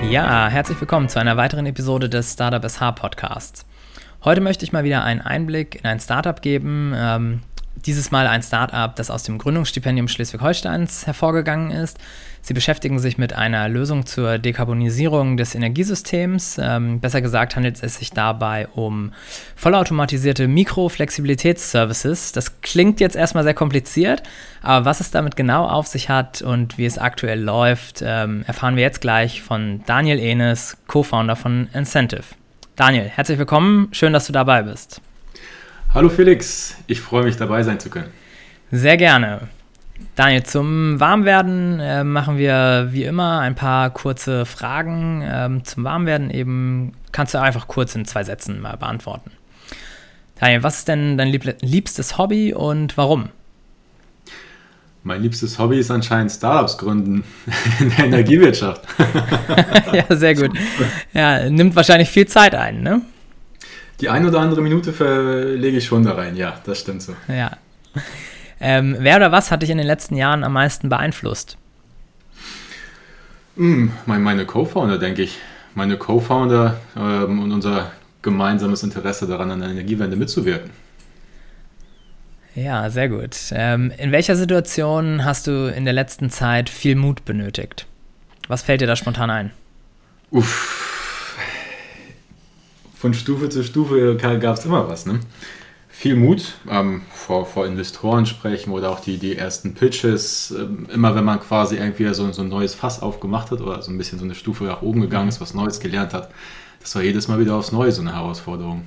Ja, herzlich willkommen zu einer weiteren Episode des Startup SH Podcasts. Heute möchte ich mal wieder einen Einblick in ein Startup geben. Dieses Mal ein Startup, das aus dem Gründungsstipendium Schleswig-Holsteins hervorgegangen ist. Sie beschäftigen sich mit einer Lösung zur Dekarbonisierung des Energiesystems. Besser gesagt handelt es sich dabei um vollautomatisierte Mikroflexibilitätsservices. Das klingt jetzt erstmal sehr kompliziert, aber was es damit genau auf sich hat und wie es aktuell läuft, erfahren wir jetzt gleich von Daniel Enes, Co-Founder von Incentive. Daniel, herzlich willkommen. Schön, dass du dabei bist. Hallo Felix, ich freue mich, dabei sein zu können. Sehr gerne. Daniel, zum Warmwerden machen wir wie immer ein paar kurze Fragen. Zum Warmwerden eben kannst du einfach kurz in 2 Sätzen mal beantworten. Daniel, was ist denn dein liebstes Hobby und warum? Mein liebstes Hobby ist anscheinend Startups gründen in der Energiewirtschaft. Ja, sehr gut. Ja, nimmt wahrscheinlich viel Zeit ein, ne? Die ein oder andere Minute verlege ich schon da rein, ja, das stimmt so. Ja. Wer oder was hat dich in den letzten Jahren am meisten beeinflusst? Meine Co-Founder, denke ich. Meine Co-Founder und unser gemeinsames Interesse daran, an der Energiewende mitzuwirken. Ja, sehr gut. In welcher Situation hast du in der letzten Zeit viel Mut benötigt? Was fällt dir da spontan ein? Von Stufe zu Stufe gab es immer was, ne? Viel Mut, vor Investoren sprechen oder auch die ersten Pitches. Immer wenn man quasi irgendwie so ein neues Fass aufgemacht hat oder so ein bisschen so eine Stufe nach oben gegangen ist, was Neues gelernt hat, das war jedes Mal wieder aufs Neue so eine Herausforderung.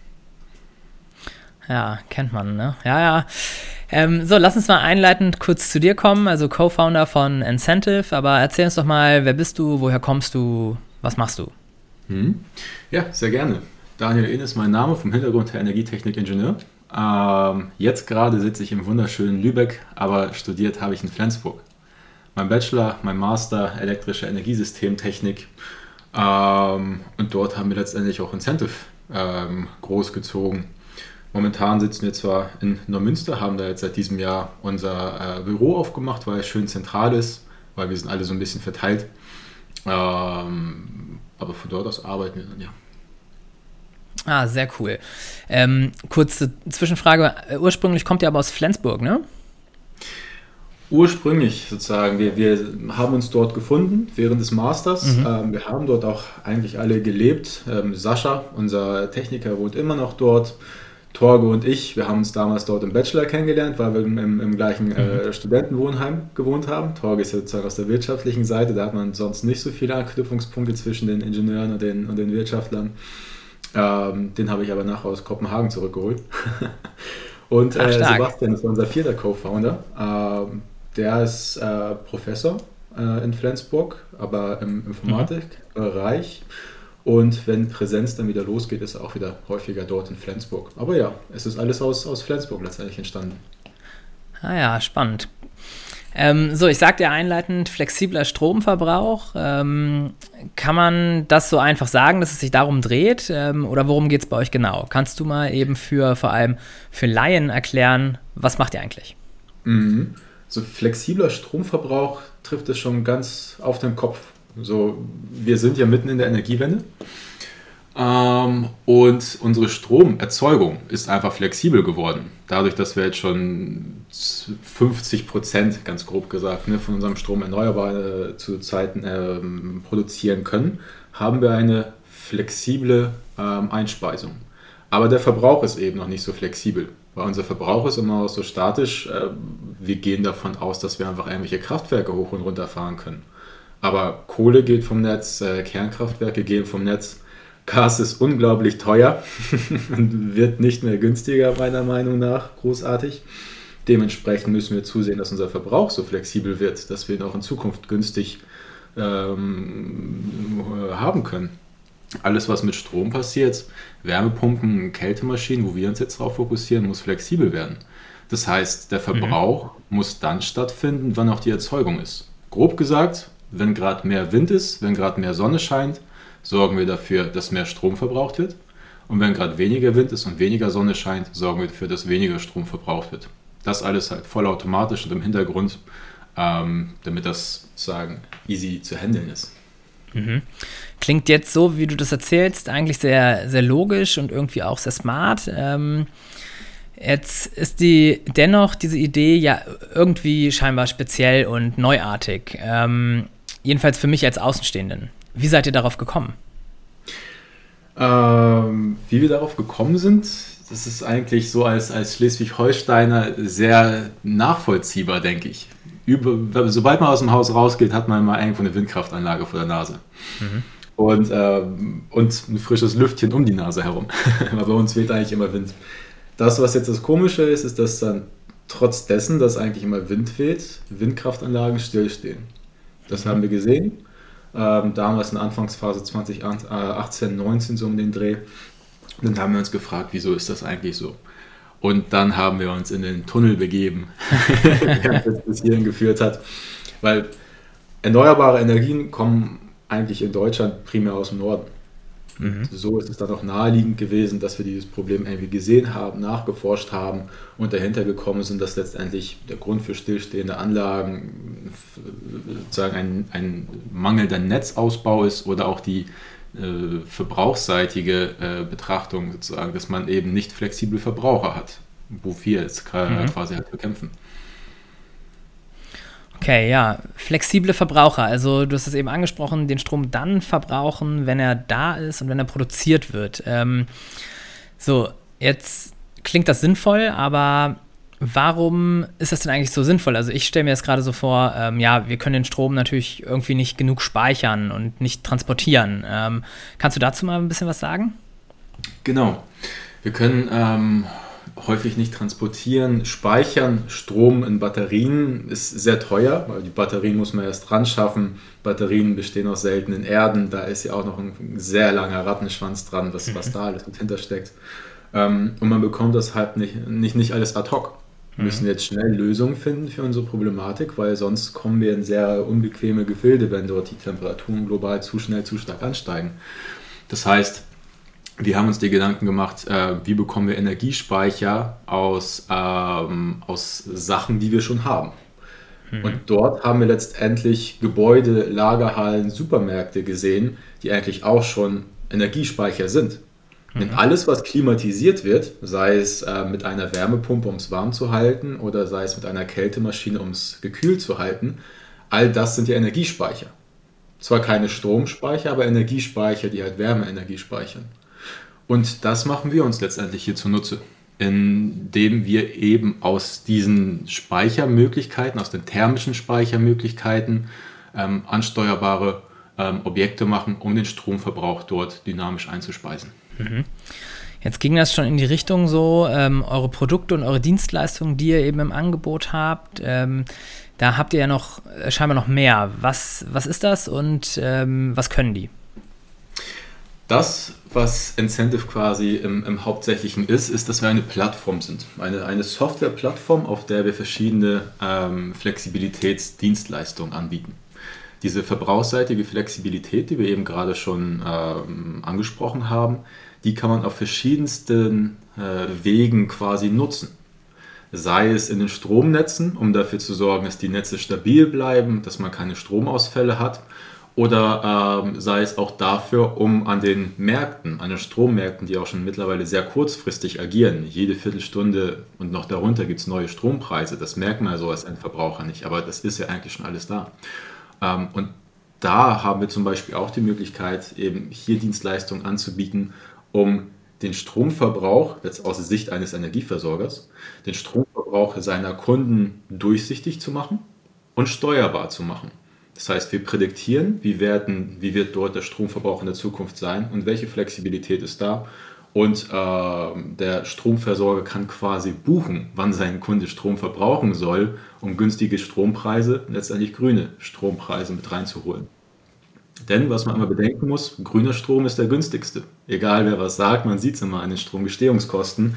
Ja, kennt man, ne? Ja. So, lass uns mal einleitend kurz zu dir kommen, also Co-Founder von Incentive, aber erzähl uns doch mal, wer bist du, woher kommst du, was machst du? Ja, sehr gerne. Daniel Enes ist mein Name, vom Hintergrund her Energietechnik-Ingenieur. Jetzt gerade sitze ich im wunderschönen Lübeck, aber studiert habe ich in Flensburg. Mein Bachelor, mein Master, elektrische Energiesystemtechnik. Und dort haben wir letztendlich auch Incentive großgezogen. Momentan sitzen wir zwar in Neumünster, haben da jetzt seit diesem Jahr unser Büro aufgemacht, weil es schön zentral ist, weil wir sind alle so ein bisschen verteilt. Aber von dort aus arbeiten wir dann, ja. Ah, sehr cool. Kurze Zwischenfrage. Ursprünglich kommt ihr aber aus Flensburg, ne? Ursprünglich sozusagen. Wir haben uns dort gefunden während des Masters. Wir haben dort auch eigentlich alle gelebt. Sascha, unser Techniker, wohnt immer noch dort. Torge und ich, wir haben uns damals dort im Bachelor kennengelernt, weil wir im gleichen Studentenwohnheim gewohnt haben. Torge ist ja sozusagen aus der wirtschaftlichen Seite, da hat man sonst nicht so viele Anknüpfungspunkte zwischen den Ingenieuren und den Wirtschaftlern. Den habe ich aber nachher aus Kopenhagen zurückgeholt. Und Sebastian ist unser 4. Co-Founder. Der ist Professor in Flensburg, aber im Informatikbereich. Und wenn Präsenz dann wieder losgeht, ist er auch wieder häufiger dort in Flensburg. Aber ja, es ist alles aus Flensburg letztendlich entstanden. Ah ja, spannend. So, ich sagte ja einleitend, flexibler Stromverbrauch. Kann man das so einfach sagen, dass es sich darum dreht? Oder worum geht es bei euch genau? Kannst du mal eben vor allem für Laien erklären, was macht ihr eigentlich? So flexibler Stromverbrauch trifft es schon ganz auf den Kopf. So, wir sind ja mitten in der Energiewende und unsere Stromerzeugung ist einfach flexibel geworden. Dadurch, dass wir jetzt schon 50%, ganz grob gesagt, von unserem Strom erneuerbar zu Zeiten produzieren können, haben wir eine flexible Einspeisung. Aber der Verbrauch ist eben noch nicht so flexibel, weil unser Verbrauch ist immer so statisch. Wir gehen davon aus, dass wir einfach irgendwelche Kraftwerke hoch und runter fahren können. Aber Kohle geht vom Netz, Kernkraftwerke gehen vom Netz, Gas ist unglaublich teuer und wird nicht mehr günstiger, meiner Meinung nach, großartig. Dementsprechend müssen wir zusehen, dass unser Verbrauch so flexibel wird, dass wir ihn auch in Zukunft günstig haben können. Alles, was mit Strom passiert, Wärmepumpen, Kältemaschinen, wo wir uns jetzt darauf fokussieren, muss flexibel werden. Das heißt, der Verbrauch muss dann stattfinden, wann auch die Erzeugung ist. Grob gesagt, wenn gerade mehr Wind ist, wenn gerade mehr Sonne scheint, sorgen wir dafür, dass mehr Strom verbraucht wird. Und wenn gerade weniger Wind ist und weniger Sonne scheint, sorgen wir dafür, dass weniger Strom verbraucht wird. Das alles halt vollautomatisch und im Hintergrund, damit das sozusagen easy zu handeln ist. Mhm. Klingt jetzt so, wie du das erzählst, eigentlich sehr, sehr logisch und irgendwie auch sehr smart. Jetzt ist dennoch diese Idee ja irgendwie scheinbar speziell und neuartig. Jedenfalls für mich als Außenstehenden. Wie seid ihr darauf gekommen? Wie wir darauf gekommen sind, das ist eigentlich so als Schleswig-Holsteiner sehr nachvollziehbar, denke ich. Sobald man aus dem Haus rausgeht, hat man mal irgendwo eine Windkraftanlage vor der Nase. Mhm. Und ein frisches Lüftchen um die Nase herum. Aber bei uns weht eigentlich immer Wind. Das, was jetzt das Komische ist, ist, dass dann trotz dessen, dass eigentlich immer Wind weht, Windkraftanlagen stillstehen. Das haben wir gesehen. Damals in der Anfangsphase 2018, 19 so um den Dreh. Dann haben wir uns gefragt, wieso ist das eigentlich so? Und dann haben wir uns in den Tunnel begeben, der uns bis hierhin geführt hat. Weil erneuerbare Energien kommen eigentlich in Deutschland primär aus dem Norden. Mhm. So ist es dann auch naheliegend gewesen, dass wir dieses Problem irgendwie gesehen haben, nachgeforscht haben und dahinter gekommen sind, dass letztendlich der Grund für stillstehende Anlagen sozusagen ein mangelnder Netzausbau ist oder auch die verbrauchsseitige Betrachtung sozusagen, dass man eben nicht flexible Verbraucher hat, wo wir jetzt quasi halt bekämpfen. Okay, ja, flexible Verbraucher, also du hast es eben angesprochen, den Strom dann verbrauchen, wenn er da ist und wenn er produziert wird. So, jetzt klingt das sinnvoll, aber warum ist das denn eigentlich so sinnvoll? Also ich stelle mir das gerade so vor, wir können den Strom natürlich irgendwie nicht genug speichern und nicht transportieren. Kannst du dazu mal ein bisschen was sagen? Genau. Wir können häufig nicht transportieren. Speichern Strom in Batterien ist sehr teuer, weil die Batterien muss man erst dran schaffen. Batterien bestehen aus seltenen Erden, da ist ja auch noch ein sehr langer Rattenschwanz dran, was da alles mit hintersteckt. Und man bekommt das halt nicht alles ad hoc. Wir müssen jetzt schnell Lösungen finden für unsere Problematik, weil sonst kommen wir in sehr unbequeme Gefilde, wenn dort die Temperaturen global zu schnell, zu stark ansteigen. Das heißt, wir haben uns die Gedanken gemacht, wie bekommen wir Energiespeicher aus Sachen, die wir schon haben. Und dort haben wir letztendlich Gebäude, Lagerhallen, Supermärkte gesehen, die eigentlich auch schon Energiespeicher sind. Denn alles, was klimatisiert wird, sei es mit einer Wärmepumpe, um es warm zu halten, oder sei es mit einer Kältemaschine, um es gekühlt zu halten, all das sind ja Energiespeicher. Zwar keine Stromspeicher, aber Energiespeicher, die halt Wärmeenergie speichern. Und das machen wir uns letztendlich hier zunutze, indem wir eben aus diesen Speichermöglichkeiten, aus den thermischen Speichermöglichkeiten ansteuerbare Objekte machen, um den Stromverbrauch dort dynamisch einzuspeisen. Jetzt ging das schon in die Richtung so, eure Produkte und eure Dienstleistungen, die ihr eben im Angebot habt, da habt ihr ja noch scheinbar noch mehr. Was ist das und was können die? Das, was Incentive quasi im Hauptsächlichen ist, dass wir eine Plattform sind. Eine Softwareplattform, auf der wir verschiedene Flexibilitätsdienstleistungen anbieten. Diese verbrauchsseitige Flexibilität, die wir eben gerade schon angesprochen haben, die kann man auf verschiedensten Wegen quasi nutzen. Sei es in den Stromnetzen, um dafür zu sorgen, dass die Netze stabil bleiben, dass man keine Stromausfälle hat. Oder sei es auch dafür, um an den Märkten, an den Strommärkten, die auch schon mittlerweile sehr kurzfristig agieren. Jede Viertelstunde und noch darunter gibt es neue Strompreise. Das merkt man so als Endverbraucher nicht, aber das ist ja eigentlich schon alles da. Und da haben wir zum Beispiel auch die Möglichkeit, eben hier Dienstleistungen anzubieten, um den Stromverbrauch, jetzt aus Sicht eines Energieversorgers, den Stromverbrauch seiner Kunden durchsichtig zu machen und steuerbar zu machen. Das heißt, wir prädiktieren, wie wird dort der Stromverbrauch in der Zukunft sein und welche Flexibilität ist da. Und der Stromversorger kann quasi buchen, wann sein Kunde Strom verbrauchen soll, um günstige Strompreise, letztendlich grüne Strompreise mit reinzuholen. Denn, was man immer bedenken muss, grüner Strom ist der günstigste. Egal wer was sagt, man sieht es immer an den Stromgestehungskosten.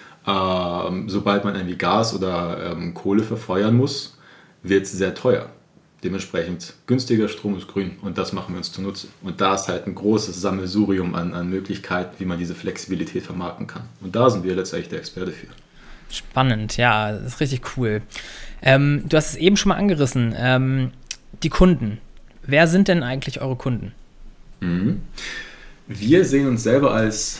Sobald man irgendwie Gas oder Kohle verfeuern muss, wird es sehr teuer. Dementsprechend günstiger Strom ist grün und das machen wir uns zunutze. Und da ist halt ein großes Sammelsurium an Möglichkeiten, wie man diese Flexibilität vermarkten kann. Und da sind wir letztendlich der Experte für. Spannend, ja, das ist richtig cool. Du hast es eben schon mal angerissen, die Kunden. Wer sind denn eigentlich eure Kunden? Mhm. Wir sehen uns selber als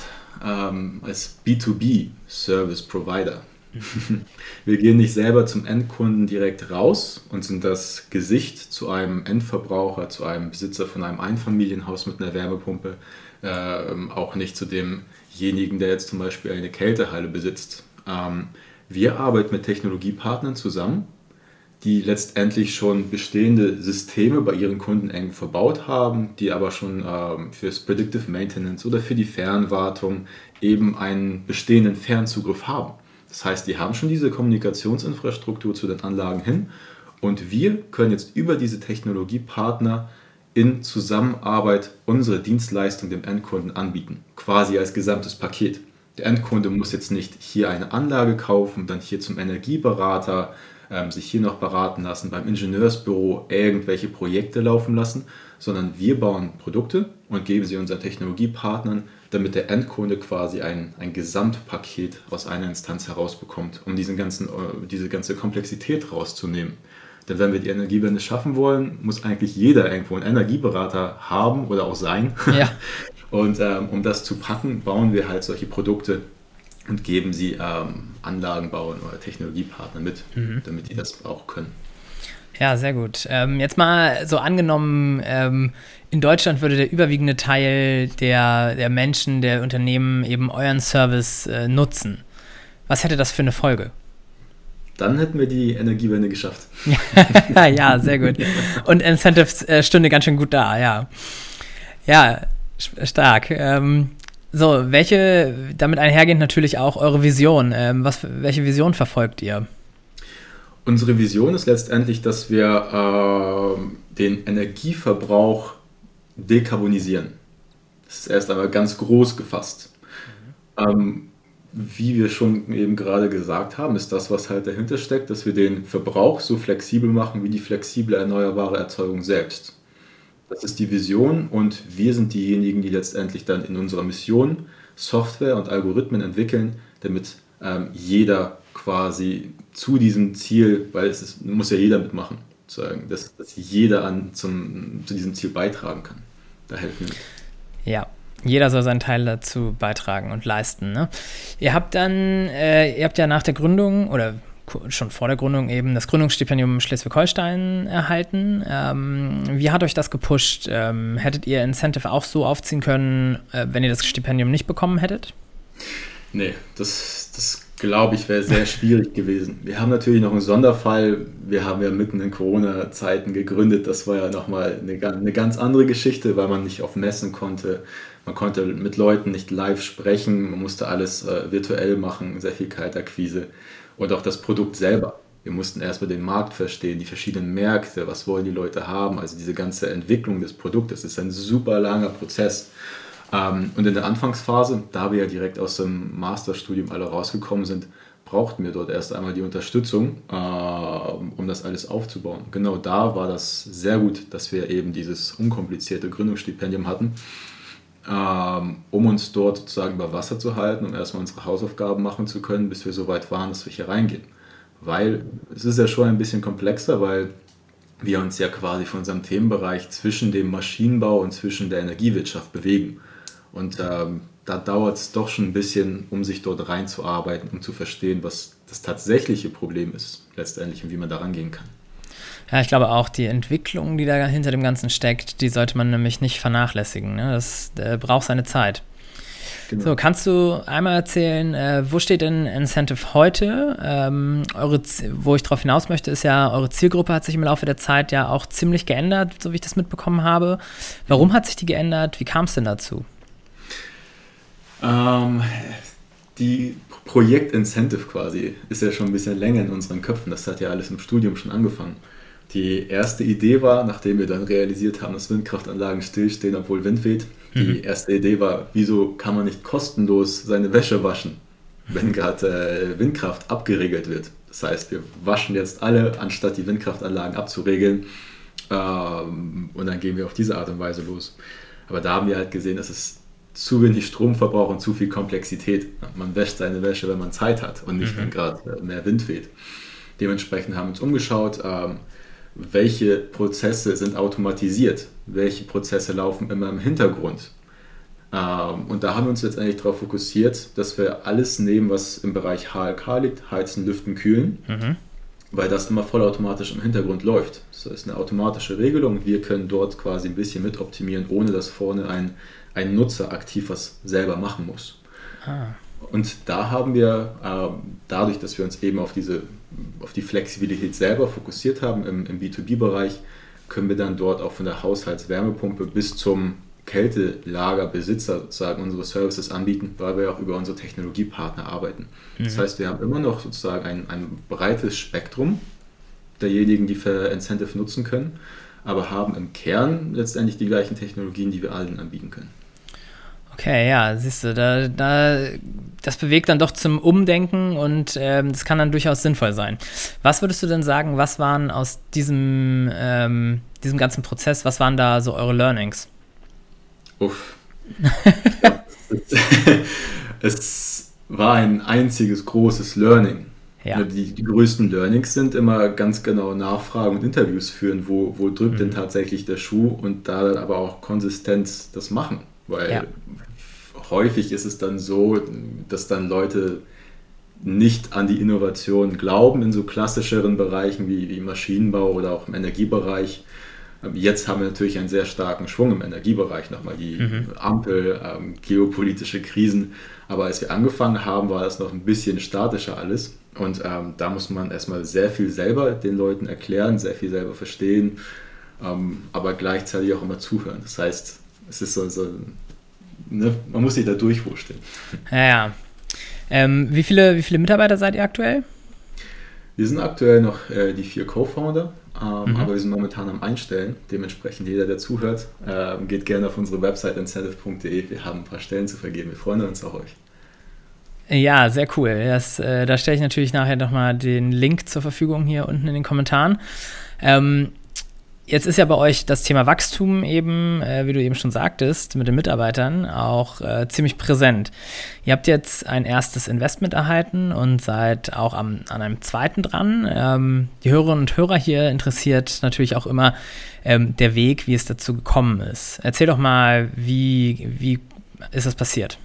B2B Service Provider. Wir gehen nicht selber zum Endkunden direkt raus und sind das Gesicht zu einem Endverbraucher, zu einem Besitzer von einem Einfamilienhaus mit einer Wärmepumpe, auch nicht zu demjenigen, der jetzt zum Beispiel eine Kältehalle besitzt. Wir arbeiten mit Technologiepartnern zusammen, die letztendlich schon bestehende Systeme bei ihren Kunden eng verbaut haben, die aber schon fürs Predictive Maintenance oder für die Fernwartung eben einen bestehenden Fernzugriff haben. Das heißt, die haben schon diese Kommunikationsinfrastruktur zu den Anlagen hin und wir können jetzt über diese Technologiepartner in Zusammenarbeit unsere Dienstleistung dem Endkunden anbieten, quasi als gesamtes Paket. Der Endkunde muss jetzt nicht hier eine Anlage kaufen, dann hier zum Energieberater, sich hier noch beraten lassen, beim Ingenieursbüro irgendwelche Projekte laufen lassen, sondern wir bauen Produkte und geben sie unseren Technologiepartnern, damit der Endkunde quasi ein Gesamtpaket aus einer Instanz herausbekommt, um diese ganze Komplexität rauszunehmen. Denn wenn wir die Energiewende schaffen wollen, muss eigentlich jeder irgendwo einen Energieberater haben oder auch sein. Ja. Und um das zu packen, bauen wir halt solche Produkte und geben sie Anlagenbauern oder Technologiepartner mit, damit die das auch können. Ja, sehr gut. Jetzt mal so angenommen, in Deutschland würde der überwiegende Teil der Menschen, der Unternehmen eben euren Service nutzen. Was hätte das für eine Folge? Dann hätten wir die Energiewende geschafft. Ja, sehr gut. Und Incentives stünde ganz schön gut da, ja. Ja, stark. Damit einhergehend natürlich auch eure Vision. Welche Vision verfolgt ihr? Unsere Vision ist letztendlich, dass wir den Energieverbrauch dekarbonisieren. Das ist erst einmal ganz groß gefasst. Wie wir schon eben gerade gesagt haben, ist das, was halt dahinter steckt, dass wir den Verbrauch so flexibel machen wie die flexible erneuerbare Erzeugung selbst. Das ist die Vision und wir sind diejenigen, die letztendlich dann in unserer Mission Software und Algorithmen entwickeln, damit jeder quasi zu diesem Ziel, weil muss ja jeder mitmachen, sozusagen, dass jeder zu diesem Ziel beitragen kann. Da helfen wir mit. Ja, jeder soll seinen Teil dazu beitragen und leisten. Ne? Ihr habt ja nach der Gründung oder schon vor der Gründung eben das Gründungsstipendium Schleswig-Holstein erhalten. Wie hat euch das gepusht? Hättet ihr Incentive auch so aufziehen können, wenn ihr das Stipendium nicht bekommen hättet? Nee, das glaube ich, wäre sehr schwierig gewesen. Wir haben natürlich noch einen Sonderfall. Wir haben ja mitten in Corona-Zeiten gegründet. Das war ja nochmal eine ganz andere Geschichte, weil man nicht auf Messen konnte. Man konnte mit Leuten nicht live sprechen. Man musste alles virtuell machen, sehr viel Kaltakquise. Und auch das Produkt selber. Wir mussten erstmal den Markt verstehen, die verschiedenen Märkte, was wollen die Leute haben. Also diese ganze Entwicklung des Produktes ist ein super langer Prozess. Und in der Anfangsphase, da wir ja direkt aus dem Masterstudium alle rausgekommen sind, brauchten wir dort erst einmal die Unterstützung, um das alles aufzubauen. Genau da war das sehr gut, dass wir eben dieses unkomplizierte Gründungsstipendium hatten, um uns dort sozusagen über Wasser zu halten, um erstmal unsere Hausaufgaben machen zu können, bis wir so weit waren, dass wir hier reingehen. Weil es ist ja schon ein bisschen komplexer, weil wir uns ja quasi von unserem Themenbereich zwischen dem Maschinenbau und zwischen der Energiewirtschaft bewegen. Und da dauert es doch schon ein bisschen, um sich dort reinzuarbeiten, um zu verstehen, was das tatsächliche Problem ist letztendlich und wie man da rangehen kann. Ja, ich glaube auch, die Entwicklung, die da hinter dem Ganzen steckt, die sollte man nämlich nicht vernachlässigen. Ne? Das braucht seine Zeit. Genau. So, kannst du einmal erzählen, wo steht denn Incentive heute? Wo ich darauf hinaus möchte, ist ja, eure Zielgruppe hat sich im Laufe der Zeit ja auch ziemlich geändert, so wie ich das mitbekommen habe. Warum hat sich die geändert? Wie kam es denn dazu? Die Projekt Incentive quasi ist ja schon ein bisschen länger in unseren Köpfen. Das hat ja alles im Studium schon angefangen. Die erste Idee war, nachdem wir dann realisiert haben, dass Windkraftanlagen stillstehen, obwohl Wind weht, die erste Idee war, wieso kann man nicht kostenlos seine Wäsche waschen, wenn gerade Windkraft abgeregelt wird. Das heißt, wir waschen jetzt alle, anstatt die Windkraftanlagen abzuregeln, und dann gehen wir auf diese Art und Weise los. Aber da haben wir halt gesehen, dass es zu wenig Stromverbrauch und zu viel Komplexität. Man wäscht seine Wäsche, wenn man Zeit hat und nicht, wenn gerade mehr Wind weht. Dementsprechend haben wir uns umgeschaut, welche Prozesse sind automatisiert, welche Prozesse laufen immer im Hintergrund. Und da haben wir uns letztendlich darauf fokussiert, dass wir alles nehmen, was im Bereich HLK liegt, Heizen, Lüften, Kühlen, weil das immer vollautomatisch im Hintergrund läuft. Das ist eine automatische Regelung. Wir können dort quasi ein bisschen mit optimieren, ohne dass vorne ein Nutzer aktiv was selber machen muss. Und da haben wir, dadurch, dass wir uns eben auf die Flexibilität selber fokussiert haben im B2B-Bereich, können wir dann dort auch von der Haushaltswärmepumpe bis zum Kältelagerbesitzer sozusagen unsere Services anbieten, weil wir auch über unsere Technologiepartner arbeiten. Das heißt, wir haben immer noch sozusagen ein breites Spektrum derjenigen, die für Incentive nutzen können, aber haben im Kern letztendlich die gleichen Technologien, die wir allen anbieten können. Okay, ja, siehst du, das bewegt dann doch zum Umdenken und das kann dann durchaus sinnvoll sein. Was würdest du denn sagen, was waren aus diesem ganzen Prozess, was waren da so eure Learnings? Uff. Es war ein einziges großes Learning. Ja. Die größten Learnings sind immer ganz genau Nachfragen und Interviews führen, wo drückt denn tatsächlich der Schuh und da dann aber auch konsistent das machen. Weil häufig ist es dann so, dass dann Leute nicht an die Innovation glauben in so klassischeren Bereichen wie Maschinenbau oder auch im Energiebereich. Jetzt haben wir natürlich einen sehr starken Schwung im Energiebereich, nochmal die Ampel, geopolitische Krisen. Aber als wir angefangen haben, war das noch ein bisschen statischer alles. Und da muss man erstmal sehr viel selber den Leuten erklären, sehr viel selber verstehen, aber gleichzeitig auch immer zuhören. Das heißt, es ist man muss sich da durchwurschteln. Ja. Wie viele Mitarbeiter seid ihr aktuell? Wir sind aktuell noch die 4 Co-Founder, aber wir sind momentan am Einstellen. Dementsprechend jeder, der zuhört, geht gerne auf unsere Website incentive.de. Wir haben ein paar Stellen zu vergeben. Wir freuen uns auf euch. Ja, sehr cool. Da stelle ich natürlich nachher nochmal den Link zur Verfügung hier unten in den Kommentaren. Jetzt ist ja bei euch das Thema Wachstum eben, wie du eben schon sagtest, mit den Mitarbeitern auch ziemlich präsent. Ihr habt jetzt ein erstes Investment erhalten und seid auch an einem zweiten dran. Die Hörerinnen und Hörer hier interessiert natürlich auch immer der Weg, wie es dazu gekommen ist. Erzähl doch mal, wie ist das passiert?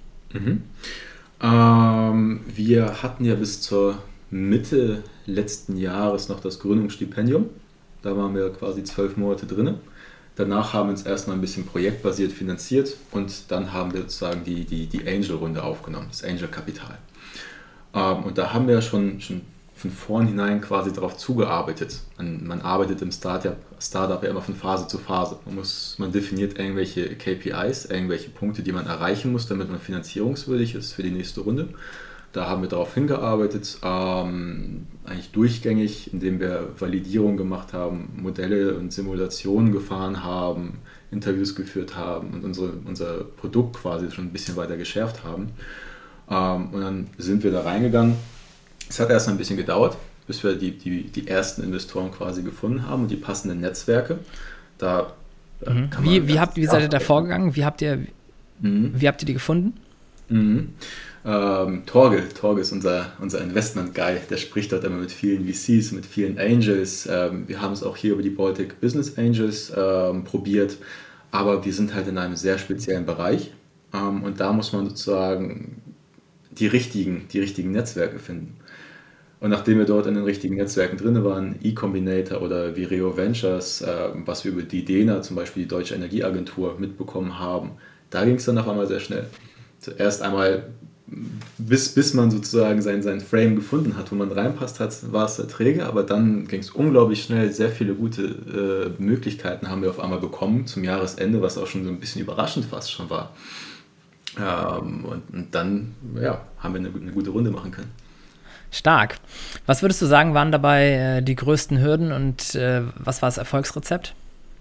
Wir hatten ja bis zur Mitte letzten Jahres noch das Gründungsstipendium. Da waren wir quasi 12 Monate drin. Danach haben wir uns erstmal ein bisschen projektbasiert finanziert und dann haben wir sozusagen die Angel-Runde aufgenommen, das Angel-Kapital. Und da haben wir schon von vornherein quasi darauf zugearbeitet. Man arbeitet im Startup ja immer von Phase zu Phase. Man definiert irgendwelche KPIs, irgendwelche Punkte, die man erreichen muss, damit man finanzierungswürdig ist für die nächste Runde. Da haben wir darauf hingearbeitet, eigentlich durchgängig, indem wir Validierung gemacht haben, Modelle und Simulationen gefahren haben, Interviews geführt haben und unser Produkt quasi schon ein bisschen weiter geschärft haben. Und dann sind wir da reingegangen. Es hat erst ein bisschen gedauert, bis wir die ersten Investoren quasi gefunden haben und die passenden Netzwerke. Wie seid ihr da vorgegangen? Wie habt ihr die gefunden? Torge ist unser Investment-Guy, der spricht dort immer mit vielen VCs, mit vielen Angels. Wir haben es auch hier über die Baltic Business Angels probiert, aber wir sind halt in einem sehr speziellen Bereich und da muss man sozusagen die richtigen Netzwerke finden. Und nachdem wir dort in den richtigen Netzwerken drin waren, eCombinator oder Vireo Ventures, was wir über die DENA, zum Beispiel die Deutsche Energieagentur, mitbekommen haben, da ging es dann auf einmal sehr schnell. Zuerst einmal, bis man sozusagen sein Frame gefunden hat, wo man reinpasst hat, war es sehr träge, aber dann ging es unglaublich schnell. Sehr viele gute Möglichkeiten haben wir auf einmal bekommen zum Jahresende, was auch schon so ein bisschen überraschend fast schon war. Und dann haben wir eine gute Runde machen können. Stark. Was würdest du sagen, waren dabei die größten Hürden und was war das Erfolgsrezept?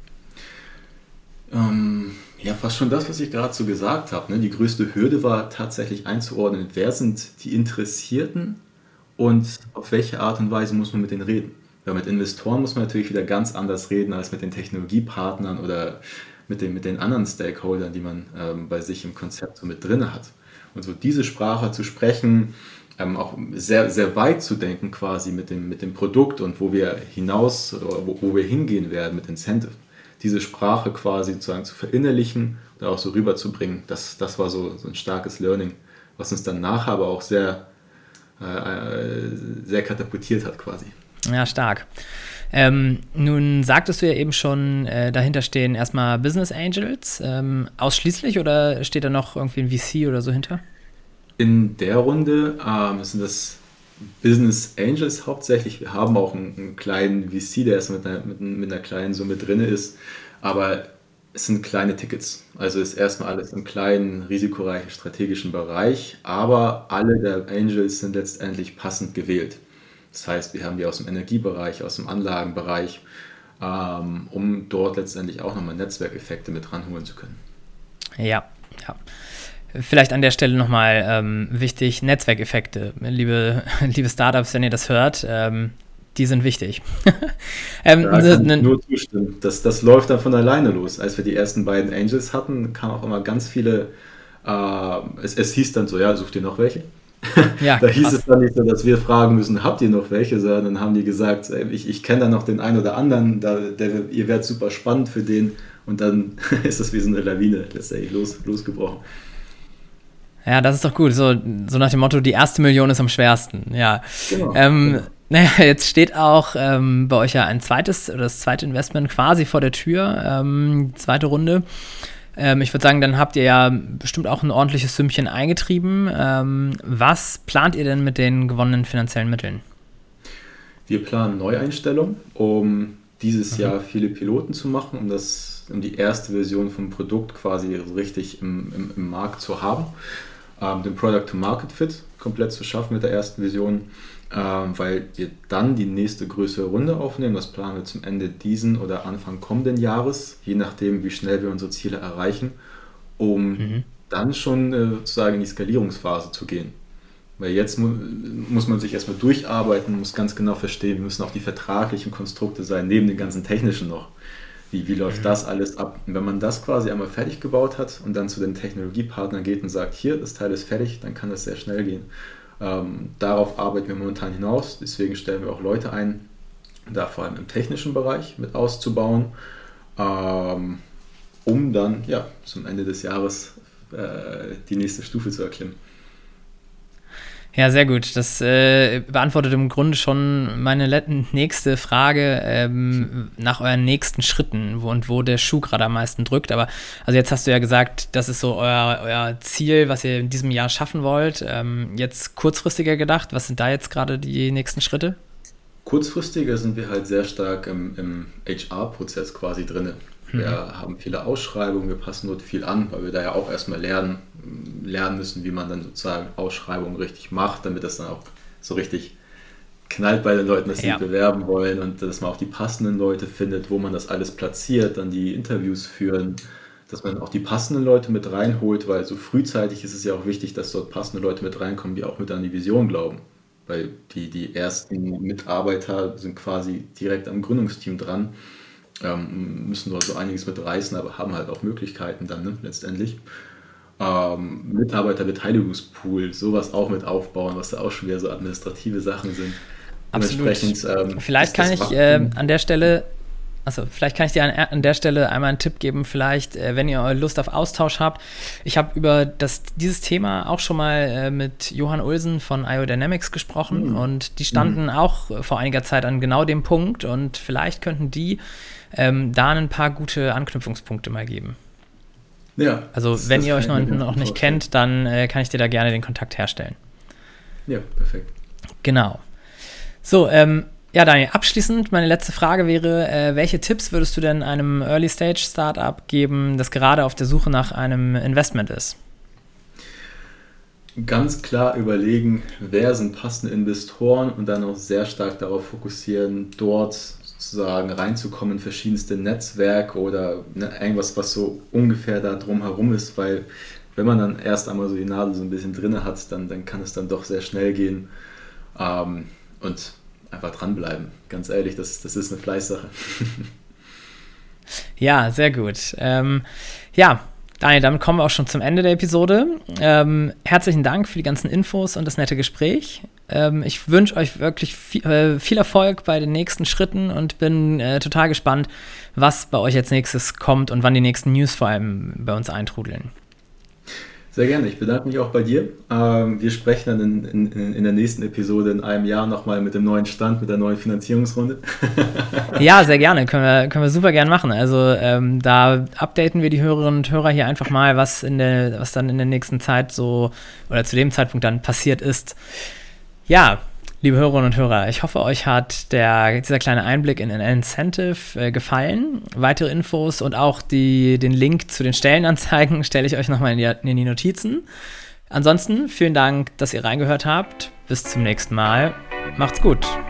Fast schon das, was ich gerade so gesagt habe. Ne? Die größte Hürde war tatsächlich einzuordnen, wer sind die Interessierten und auf welche Art und Weise muss man mit denen reden. Weil mit Investoren muss man natürlich wieder ganz anders reden als mit den Technologiepartnern oder mit den anderen Stakeholdern, die man bei sich im Konzept so mit drin hat. Und so diese Sprache zu sprechen, auch sehr, sehr weit zu denken quasi mit dem Produkt und wo wir hinaus, oder wo wir hingehen werden mit Incentive. Diese Sprache quasi sozusagen zu verinnerlichen und auch so rüberzubringen, das war so ein starkes Learning, was uns dann nachher aber auch sehr, sehr katapultiert hat quasi. Ja, stark. Nun sagtest du ja eben schon, dahinter stehen erstmal Business Angels, ausschließlich, oder steht da noch irgendwie ein VC oder so hinter? In der Runde sind das Business Angels hauptsächlich. Wir haben auch einen kleinen VC, der erst mit einer kleinen Summe drin ist, aber es sind kleine Tickets. Also ist erstmal alles im kleinen, risikoreichen, strategischen Bereich, aber alle der Angels sind letztendlich passend gewählt. Das heißt, wir haben die aus dem Energiebereich, aus dem Anlagenbereich, um dort letztendlich auch nochmal Netzwerkeffekte mit ranholen zu können. Ja. Vielleicht an der Stelle nochmal wichtig, Netzwerkeffekte. Liebe Startups, wenn ihr das hört, die sind wichtig. Kann ich nur zustimmen. Das läuft dann von alleine los. Als wir die ersten beiden Angels hatten, kamen auch immer ganz viele, es hieß dann so, ja, sucht ihr noch welche? Ja, da hieß es dann nicht so, dass wir fragen müssen, habt ihr noch welche, sondern dann haben die gesagt, ich kenne da noch den einen oder anderen, ihr werdet super spannend für den, und dann ist das wie so eine Lawine letztendlich losgebrochen. Ja, das ist doch gut, so nach dem Motto, die erste Million ist am schwersten, ja. Genau. Naja, jetzt steht auch bei euch ja das zweite Investment quasi vor der Tür, zweite Runde. Ich würde sagen, dann habt ihr ja bestimmt auch ein ordentliches Sümmchen eingetrieben. Was plant ihr denn mit den gewonnenen finanziellen Mitteln? Wir planen Neueinstellungen, um dieses Jahr viele Piloten zu machen, um die erste Version vom Produkt quasi richtig im Markt zu haben, den Product-to-Market-Fit komplett zu schaffen mit der ersten Version, weil wir dann die nächste größere Runde aufnehmen. Das planen wir zum Ende diesen oder Anfang kommenden Jahres, je nachdem, wie schnell wir unsere Ziele erreichen, um dann schon sozusagen in die Skalierungsphase zu gehen. Weil jetzt muss man sich erstmal durcharbeiten, muss ganz genau verstehen, wie müssen auch die vertraglichen Konstrukte sein, neben den ganzen technischen noch. Wie läuft das alles ab? Und wenn man das quasi einmal fertig gebaut hat und dann zu den Technologiepartnern geht und sagt, hier, das Teil ist fertig, dann kann das sehr schnell gehen. Darauf arbeiten wir momentan hinaus, deswegen stellen wir auch Leute ein, da vor allem im technischen Bereich mit auszubauen, um dann zum Ende des Jahres die nächste Stufe zu erklimmen. Ja, sehr gut. Das beantwortet im Grunde schon meine nächste Frage nach euren nächsten Schritten wo der Schuh gerade am meisten drückt. Aber also jetzt hast du ja gesagt, das ist so euer Ziel, was ihr in diesem Jahr schaffen wollt. Jetzt kurzfristiger gedacht, was sind da jetzt gerade die nächsten Schritte? Kurzfristiger sind wir halt sehr stark im HR-Prozess quasi drin. Wir haben viele Ausschreibungen, wir passen dort viel an, weil wir da ja auch erstmal lernen müssen, wie man dann sozusagen Ausschreibungen richtig macht, damit das dann auch so richtig knallt bei den Leuten, dass sie bewerben wollen und dass man auch die passenden Leute findet, wo man das alles platziert, dann die Interviews führen, dass man auch die passenden Leute mit reinholt, weil so frühzeitig ist es ja auch wichtig, dass dort passende Leute mit reinkommen, die auch mit an die Vision glauben. Weil die ersten Mitarbeiter sind quasi direkt am Gründungsteam dran, müssen dort so einiges mit reißen, aber haben halt auch Möglichkeiten dann letztendlich. Mitarbeiterbeteiligungspool, sowas auch mit aufbauen, was da auch schon wieder so administrative Sachen sind. Absolut. Vielleicht kann ich an der Stelle dir an der Stelle einmal einen Tipp geben, vielleicht, wenn ihr Lust auf Austausch habt. Ich habe über dieses Thema auch schon mal mit Johann Ulsen von IO-Dynamics gesprochen und die standen auch vor einiger Zeit an genau dem Punkt und vielleicht könnten die da ein paar gute Anknüpfungspunkte mal geben. Ja. Also wenn ihr euch noch nicht kennt, dann kann ich dir da gerne den Kontakt herstellen. Ja, perfekt. Genau. So, Daniel, abschließend meine letzte Frage wäre, welche Tipps würdest du denn einem Early-Stage-Startup geben, das gerade auf der Suche nach einem Investment ist? Ganz klar überlegen, wer sind passende Investoren und dann auch sehr stark darauf fokussieren, dort sozusagen reinzukommen in verschiedenste Netzwerke oder irgendwas, was so ungefähr da drumherum ist, weil wenn man dann erst einmal so die Nadel so ein bisschen drin hat, dann kann es dann doch sehr schnell gehen und einfach dranbleiben. Ganz ehrlich, das ist eine Fleißsache. Ja, sehr gut. Daniel, damit kommen wir auch schon zum Ende der Episode. Herzlichen Dank für die ganzen Infos und das nette Gespräch. Ich wünsche euch wirklich viel Erfolg bei den nächsten Schritten und bin total gespannt, was bei euch als nächstes kommt und wann die nächsten News vor allem bei uns eintrudeln. Sehr gerne. Ich bedanke mich auch bei dir. Wir sprechen dann in der nächsten Episode in einem Jahr nochmal mit dem neuen Stand, mit der neuen Finanzierungsrunde. Ja, sehr gerne. Können wir super gern machen. Also da updaten wir die Hörerinnen und Hörer hier einfach mal, was dann in der nächsten Zeit so oder zu dem Zeitpunkt dann passiert ist. Ja, liebe Hörerinnen und Hörer, ich hoffe, euch hat dieser kleine Einblick in ein Incentive gefallen. Weitere Infos und auch den Link zu den Stellenanzeigen stelle ich euch nochmal in die Notizen. Ansonsten vielen Dank, dass ihr reingehört habt. Bis zum nächsten Mal. Macht's gut.